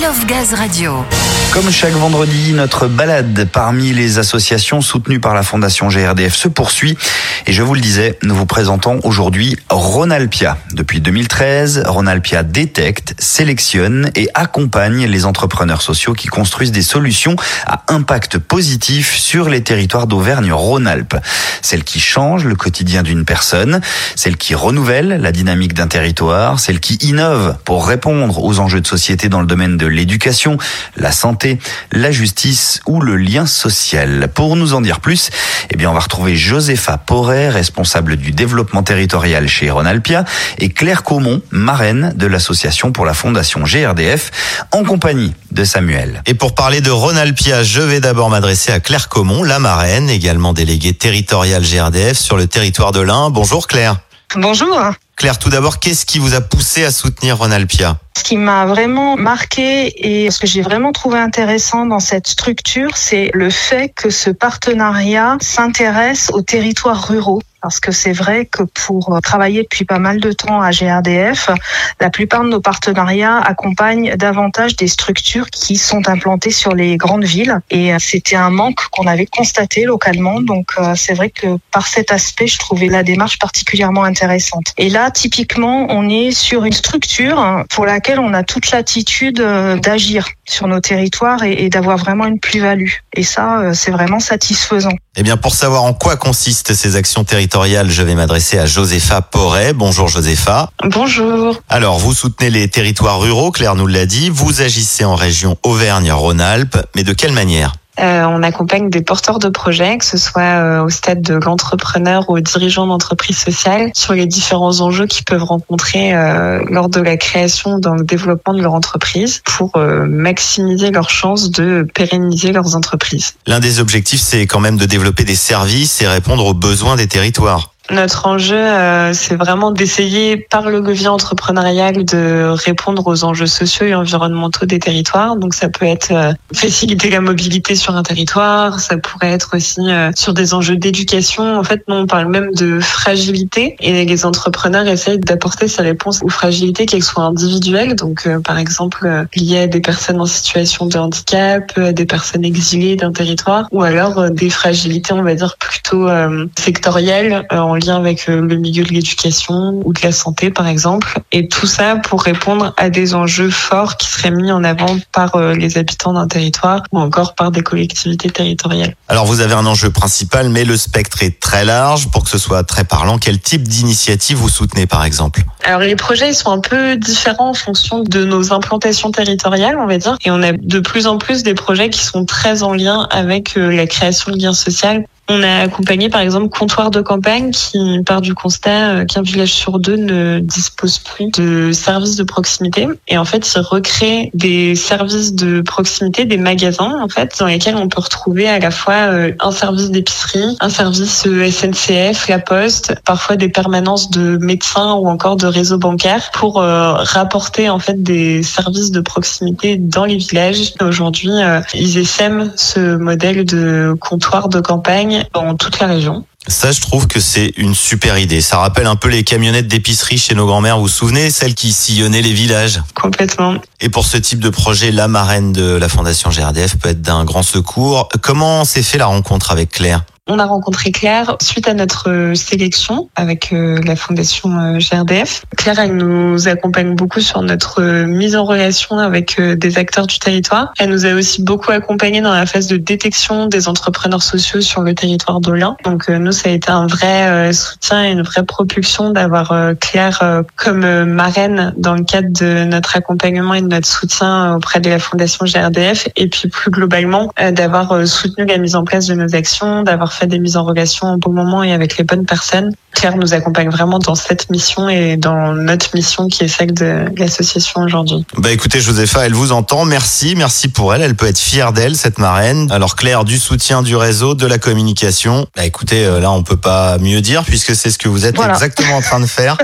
Love Gaz Radio. Comme chaque vendredi, notre balade parmi les associations soutenues par la Fondation GRDF se poursuit. Et je vous le disais, nous vous présentons aujourd'hui Ronalpia. Depuis 2013, Ronalpia détecte, sélectionne et accompagne les entrepreneurs sociaux qui construisent des solutions à impact positif sur les territoires d'Auvergne-Rhône-Alpes. Celles qui changent le quotidien d'une personne, celles qui renouvellent la dynamique d'un territoire, celles qui innovent pour répondre aux enjeux de société dans le domaine de l'éducation, la santé, la justice ou le lien social. Pour nous en dire plus, on va retrouver Josepha Porret, responsable du développement territorial chez Ronalpia, et Claire Caumont, marraine de l'association pour la Fondation GRDF, en compagnie de Samuel. Et pour parler de Ronalpia, je vais d'abord m'adresser à Claire Caumont, la marraine, également déléguée territoriale GRDF sur le territoire de l'Ain. Bonjour Claire. Bonjour. Claire, tout d'abord, qu'est-ce qui vous a poussé à soutenir Ronalpia ? Ce qui m'a vraiment marqué et ce que j'ai vraiment trouvé intéressant dans cette structure, c'est le fait que ce partenariat s'intéresse aux territoires ruraux. Parce que c'est vrai que pour travailler depuis pas mal de temps à GRDF, la plupart de nos partenariats accompagnent davantage des structures qui sont implantées sur les grandes villes. Et c'était un manque qu'on avait constaté localement. Donc c'est vrai que par cet aspect, je trouvais la démarche particulièrement intéressante. Et là, typiquement, on est sur une structure pour laquelle on a toute l'attitude d'agir sur nos territoires et d'avoir vraiment une plus-value. Et ça, c'est vraiment satisfaisant. Pour savoir en quoi consistent ces actions territoriales, je vais m'adresser à Josepha Porret. Bonjour Josepha. Bonjour. Alors, vous soutenez les territoires ruraux, Claire nous l'a dit. Vous agissez en région Auvergne-Rhône-Alpes, mais de quelle manière ? On accompagne des porteurs de projets, que ce soit au stade de l'entrepreneur ou aux dirigeants d'entreprises sociales, sur les différents enjeux qu'ils peuvent rencontrer lors de la création, dans le développement de leur entreprise, pour maximiser leurs chances de pérenniser leurs entreprises. L'un des objectifs, c'est quand même de développer des services et répondre aux besoins des territoires. Notre enjeu, c'est vraiment d'essayer, par le levier entrepreneurial, de répondre aux enjeux sociaux et environnementaux des territoires. Donc ça peut être faciliter la mobilité sur un territoire, ça pourrait être aussi sur des enjeux d'éducation. En fait, nous, on parle même de fragilité et les entrepreneurs essayent d'apporter ces réponses aux fragilités, qu'elles soient individuelles, donc par exemple liées à des personnes en situation de handicap, à des personnes exilées d'un territoire, ou alors des fragilités, on va dire, plutôt sectorielles, en lien avec le milieu de l'éducation ou de la santé par exemple, et tout ça pour répondre à des enjeux forts qui seraient mis en avant par les habitants d'un territoire ou encore par des collectivités territoriales. Alors vous avez un enjeu principal, mais le spectre est très large. Pour que ce soit très parlant, quel type d'initiative vous soutenez par exemple ? Alors les projets, ils sont un peu différents en fonction de nos implantations territoriales, on va dire, et on a de plus en plus des projets qui sont très en lien avec la création de liens sociaux. On a accompagné par exemple Comptoir de campagne qui part du constat qu'un village sur deux ne dispose plus de services de proximité, et en fait il recrée des services de proximité, des magasins en fait, dans lesquels on peut retrouver à la fois un service d'épicerie, un service SNCF, la Poste, parfois des permanences de médecins ou encore de réseaux bancaires pour rapporter en fait des services de proximité dans les villages. Aujourd'hui, ils essaiment ce modèle de comptoir de campagne dans toute la région. Ça, je trouve que c'est une super idée. Ça rappelle un peu les camionnettes d'épicerie chez nos grands-mères. Vous vous souvenez, celles qui sillonnaient les villages ? Complètement. Et pour ce type de projet, la marraine de la Fondation GRDF peut être d'un grand secours. Comment s'est fait la rencontre avec Claire ? On a rencontré Claire suite à notre sélection avec la Fondation GRDF. Claire, elle nous accompagne beaucoup sur notre mise en relation avec des acteurs du territoire. Elle nous a aussi beaucoup accompagnés dans la phase de détection des entrepreneurs sociaux sur le territoire de l'Ain. Donc nous, ça a été un vrai soutien et une vraie propulsion d'avoir Claire comme marraine dans le cadre de notre accompagnement et de notre soutien auprès de la Fondation GRDF. Et puis plus globalement, d'avoir soutenu la mise en place de nos actions, d'avoir fait des mises en relation au bon moment et avec les bonnes personnes. Claire nous accompagne vraiment dans cette mission et dans notre mission qui est celle de l'association aujourd'hui. Écoutez Josepha, elle vous entend. Merci pour elle. Elle peut être fière d'elle, cette marraine. Alors Claire, du soutien du réseau, de la communication. Écoutez, là on peut pas mieux dire puisque c'est ce que vous êtes exactement en train de faire.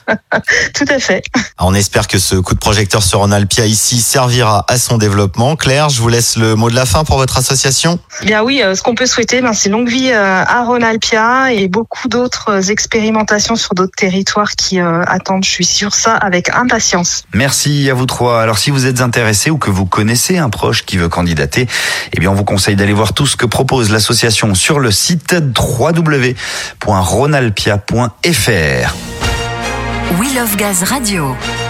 Tout à fait. On espère que ce coup de projecteur sur Ronalpia ici servira à son développement. Claire, je vous laisse le mot de la fin pour votre association. Bien oui, ce qu'on peut souhaiter, c'est longue vie à Ronalpia et beaucoup d'autres expériences d'expérimentation sur d'autres territoires qui attendent, je suis sûre, ça avec impatience. Merci à vous trois. Alors si vous êtes intéressé ou que vous connaissez un proche qui veut candidater, eh bien on vous conseille d'aller voir tout ce que propose l'association sur le site www.ronalpia.fr. We Love Gaz Radio.